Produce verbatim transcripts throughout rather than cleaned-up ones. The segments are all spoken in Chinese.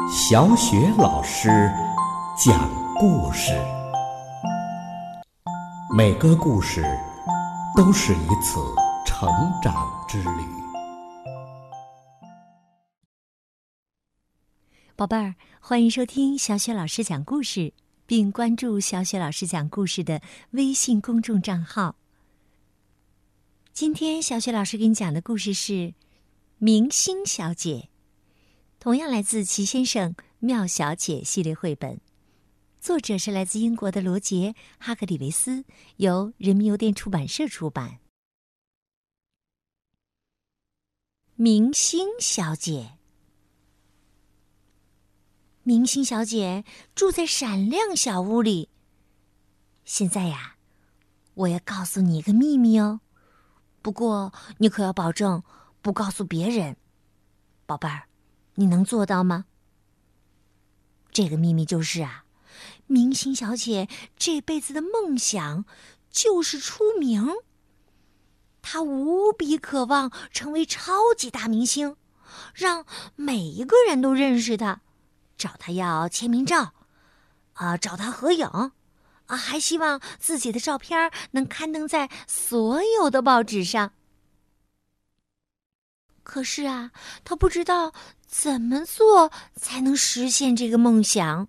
小雪老师讲故事，每个故事都是一次成长之旅。 宝贝儿，欢迎收听小雪老师讲故事，并关注小雪老师讲故事的微信公众账号。今天小雪老师给你讲的故事是《明星小姐》，同样来自齐先生妙小姐系列绘本，作者是来自英国的罗杰·哈格里维斯，由人民邮电出版社出版。明星小姐，明星小姐住在闪亮小屋里。现在呀，我要告诉你一个秘密哦，不过你可要保证不告诉别人。宝贝儿，你能做到吗？这个秘密就是啊，明星小姐这辈子的梦想就是出名。她无比渴望成为超级大明星，让每一个人都认识她，找她要签名照，啊，找她合影，啊，还希望自己的照片能刊登在所有的报纸上。可是啊，她不知道怎么做才能实现这个梦想。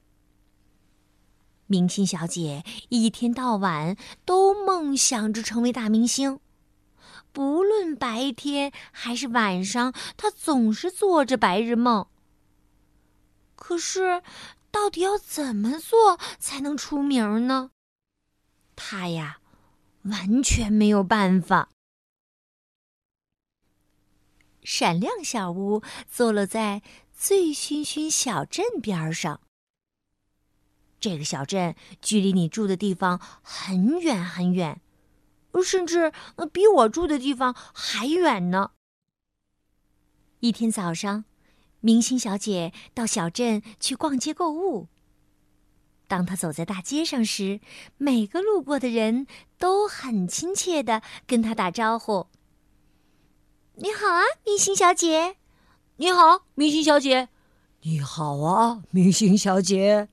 明星小姐一天到晚都梦想着成为大明星，不论白天还是晚上，她总是做着白日梦。可是，到底要怎么做才能出名呢？她呀，完全没有办法。闪亮小屋坐落在醉醺醺小镇边上。这个小镇距离你住的地方很远很远，甚至比我住的地方还远呢。一天早上，明星小姐到小镇去逛街购物。当她走在大街上时，每个路过的人都很亲切地跟她打招呼。你好啊，明星小姐。 你好，明星小姐。你好啊，明星小姐。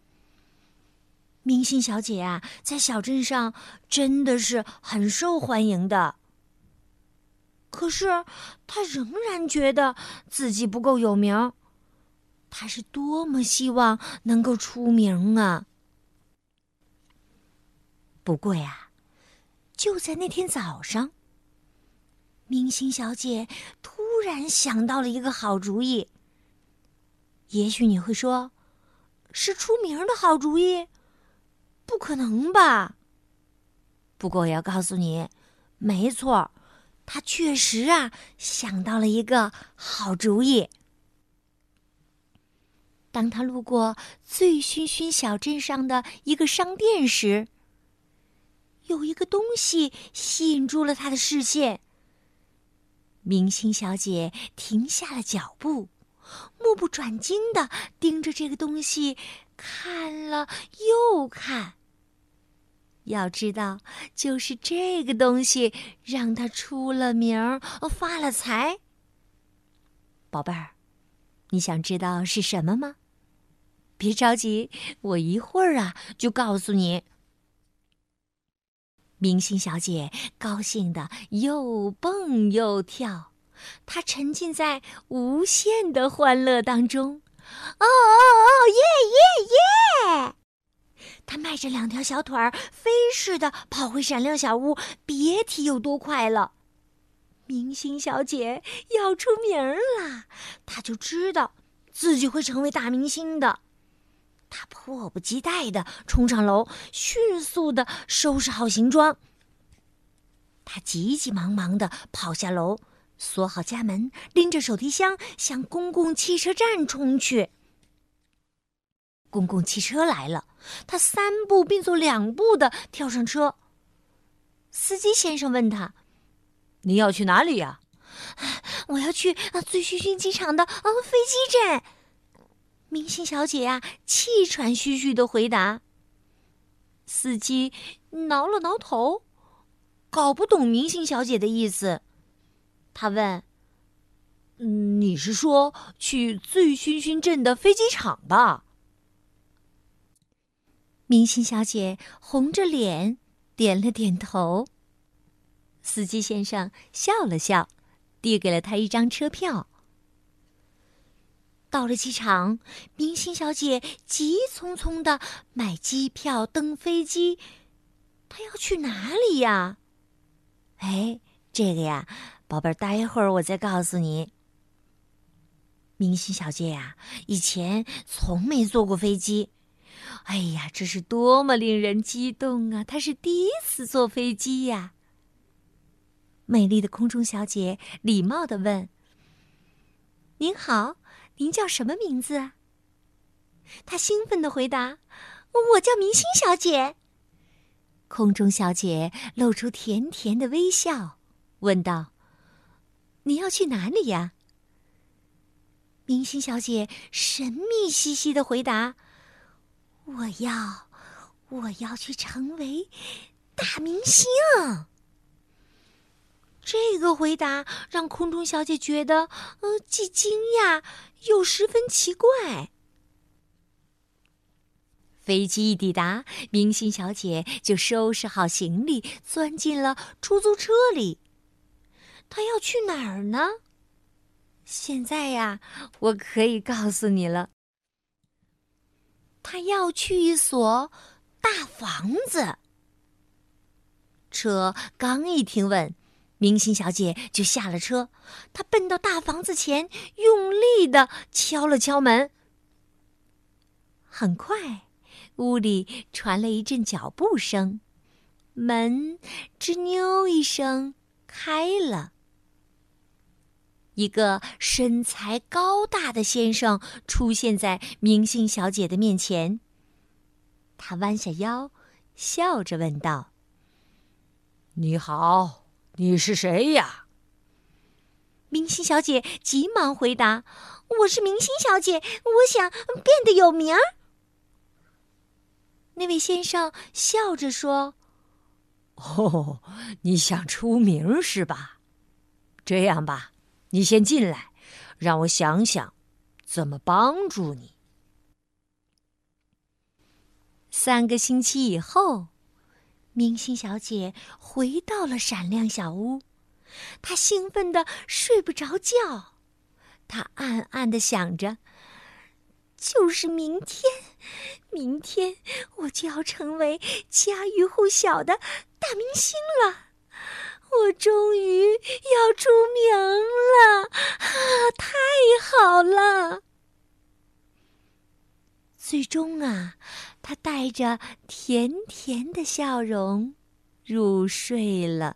明星小姐啊，在小镇上真的是很受欢迎的。可是，她仍然觉得自己不够有名。她是多么希望能够出名啊！不过呀，就在那天早上，明星小姐突然想到了一个好主意。也许你会说，是出名的好主意？不可能吧？不过我要告诉你，没错，她确实啊想到了一个好主意。当她路过醉醺醺小镇上的一个商店时，有一个东西吸引住了她的视线。明星小姐停下了脚步，目不转睛地盯着这个东西，看了又看。要知道，就是这个东西让她出了名，发了财。宝贝儿，你想知道是什么吗？别着急，我一会儿啊就告诉你。明星小姐高兴得又蹦又跳，她沉浸在无限的欢乐当中。哦哦哦，耶耶耶！她迈着两条小腿儿，飞似的跑回闪亮小屋，别提有多快了。明星小姐要出名了，她就知道自己会成为大明星的。她迫不及待地冲上楼，迅速地收拾好行装。她急急忙忙地跑下楼，锁好家门，拎着手提箱向公共汽车站冲去。公共汽车来了，她三步并作两步地跳上车。司机先生问她：“ 你要去哪里呀？”“ 我要去啊醉醺醺机场的啊飞机站。”明星小姐呀、啊，气喘吁吁地回答。司机挠了挠头，搞不懂明星小姐的意思。他问：“ 你是说去醉醺醺镇的飞机场吧？ 明星小姐红着脸点了点头。司机先生笑了笑，递给了她一张车票。到了机场，明星小姐急匆匆地买机票登飞机。她要去哪里呀？哎，这个呀，宝贝儿，待会儿我再告诉你。明星小姐呀，以前从没坐过飞机。哎呀，这是多么令人激动啊！她是第一次坐飞机呀。美丽的空中小姐礼貌地问：“您好，您叫什么名字啊？”她兴奋地回答：“我叫明星小姐。”空中小姐露出甜甜的微笑，问道：“你要去哪里呀？”明星小姐神秘兮兮地回答：“我要，我要去成为大明星。”这个回答让空中小姐觉得，呃，既惊讶又十分奇怪。飞机一抵达，明星小姐就收拾好行李，钻进了出租车里。她要去哪儿呢？现在呀，我可以告诉你了。她要去一所大房子。车刚一停稳，明星小姐就下了车。她奔到大房子前，用力地敲了敲门。很快，屋里传来一阵脚步声，门吱扭一声开了。一个身材高大的先生出现在明星小姐的面前。他弯下腰，笑着问道：“ 你好，你是谁呀？” 明星小姐急忙回答：“我是明星小姐，我想变得有名儿。”那位先生笑着说：“ 哦，你想出名是吧？这样吧，你先进来，让我想想怎么帮助你。” 三个星期以后，明星小姐回到了闪亮小屋。她兴奋得睡不着觉。她暗暗地想着，就是明天，明天我就要成为家喻户晓的大明星了。我终于要出名了，啊，太好了！最终啊，她带着甜甜的笑容入睡了。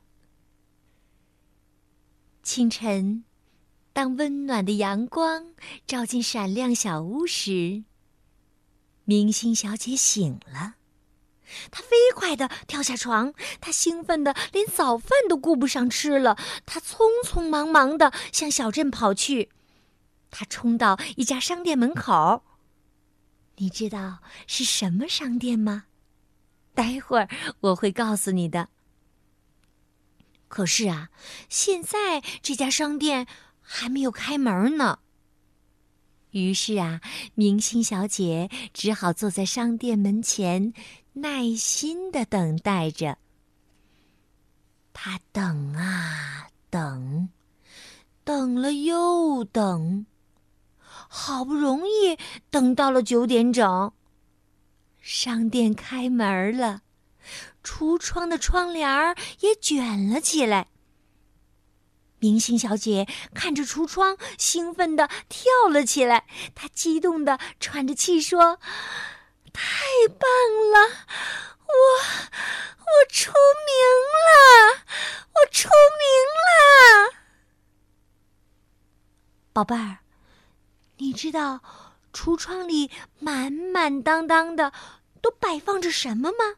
清晨，当温暖的阳光照进闪亮小屋时，明星小姐醒了。她飞快地跳下床，她兴奋得连早饭都顾不上吃了。她匆匆忙忙地向小镇跑去。她冲到一家商店门口。你知道是什么商店吗？待会儿我会告诉你的。可是啊，现在这家商店还没有开门呢。于是啊，明星小姐只好坐在商店门前，耐心地等待着。她等啊等，等了又等，好不容易等到了九点整。商店开门了，橱窗的窗帘儿也卷了起来。明星小姐看着橱窗，兴奋地跳了起来。她激动地喘着气说：“太棒了！我我出名了！我出名了！”宝贝儿，你知道橱窗里满满当当的都摆放着什么吗？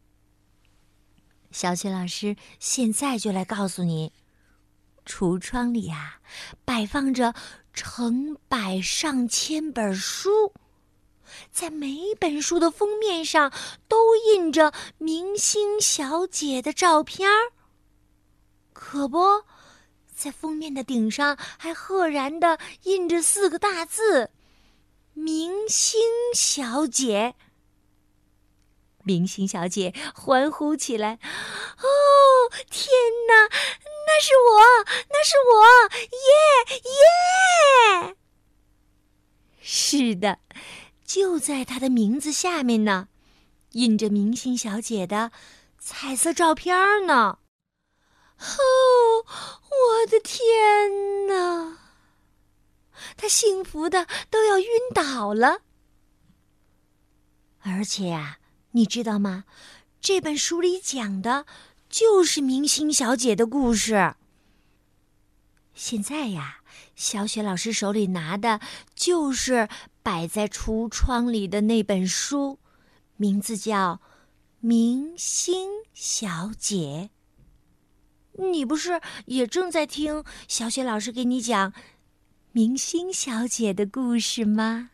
小雪老师现在就来告诉你。橱窗里啊，摆放着成百上千本书，在每本书的封面上都印着明星小姐的照片儿。可不， 在封面的顶上还赫然地印着四个大字：明星小姐。明星小姐欢呼起来：哦，天哪，那是我，那是我，耶耶！是的，就在她的名字下面呢，印着明星小姐的彩色照片呢。哦，我的天哪！她幸福的都要晕倒了。而且呀、啊，你知道吗？这本书里讲的就是明星小姐的故事。现在呀，小雪老师手里拿的就是摆在橱窗里的那本书，名字叫《明星小姐》。你不是也正在听小雪老师给你讲明星小姐的故事吗？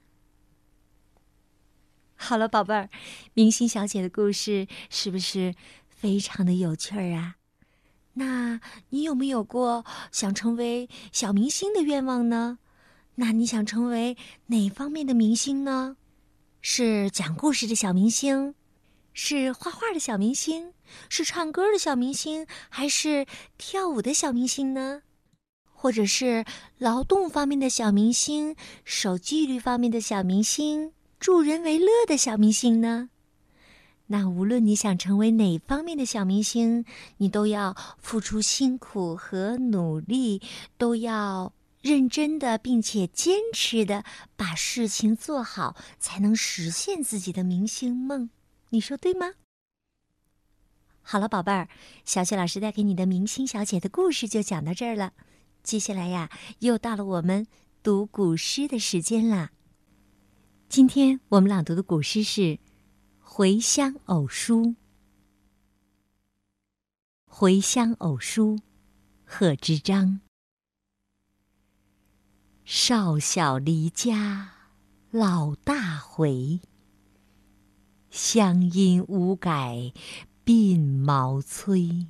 好了，宝贝儿，明星小姐的故事是不是非常的有趣儿啊？那你有没有过想成为小明星的愿望呢？那你想成为哪方面的明星呢？是讲故事的小明星，是画画的小明星，是唱歌的小明星，还是跳舞的小明星呢？或者是劳动方面的小明星，守纪律方面的小明星，助人为乐的小明星呢？那无论你想成为哪方面的小明星，你都要付出辛苦和努力，都要认真的并且坚持的把事情做好，才能实现自己的明星梦。你说对吗？好了，宝贝儿，小雪老师带给你的明星小姐的故事就讲到这儿了。接下来呀，又到了我们读古诗的时间啦。今天我们朗读的古诗是《回乡偶书》。《回乡偶书》，贺知章。少小离家老大回，乡音无改鬓毛衰。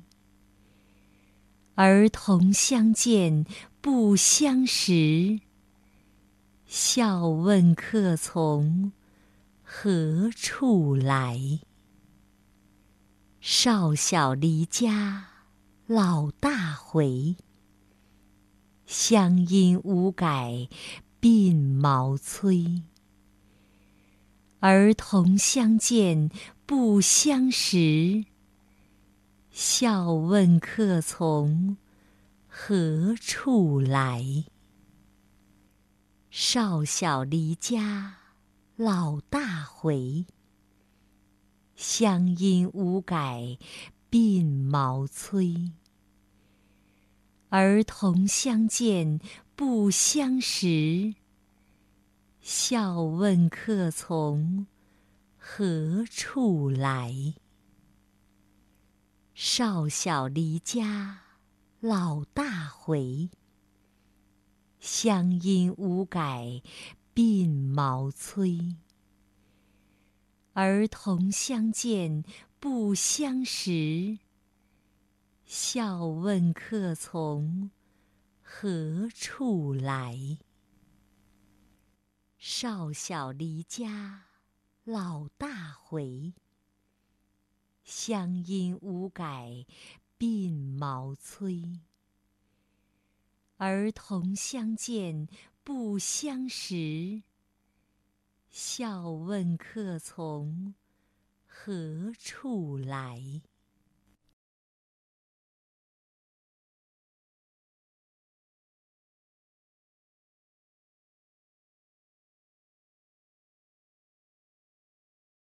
儿童相见不相识，笑问客从何处来。少小离家老大回，乡音无改鬓毛衰。儿童相见不相识，笑问客从何处来。少小离家老大回，乡音无改鬓毛衰。儿童相见不相识，笑问客从何处来。少小离家老大回，乡音无改鬓毛衰。儿童相见不相识，笑问客从何处来。少小离家老大回，乡音无改鬓毛衰。儿童相见不相识，笑问客从何处来。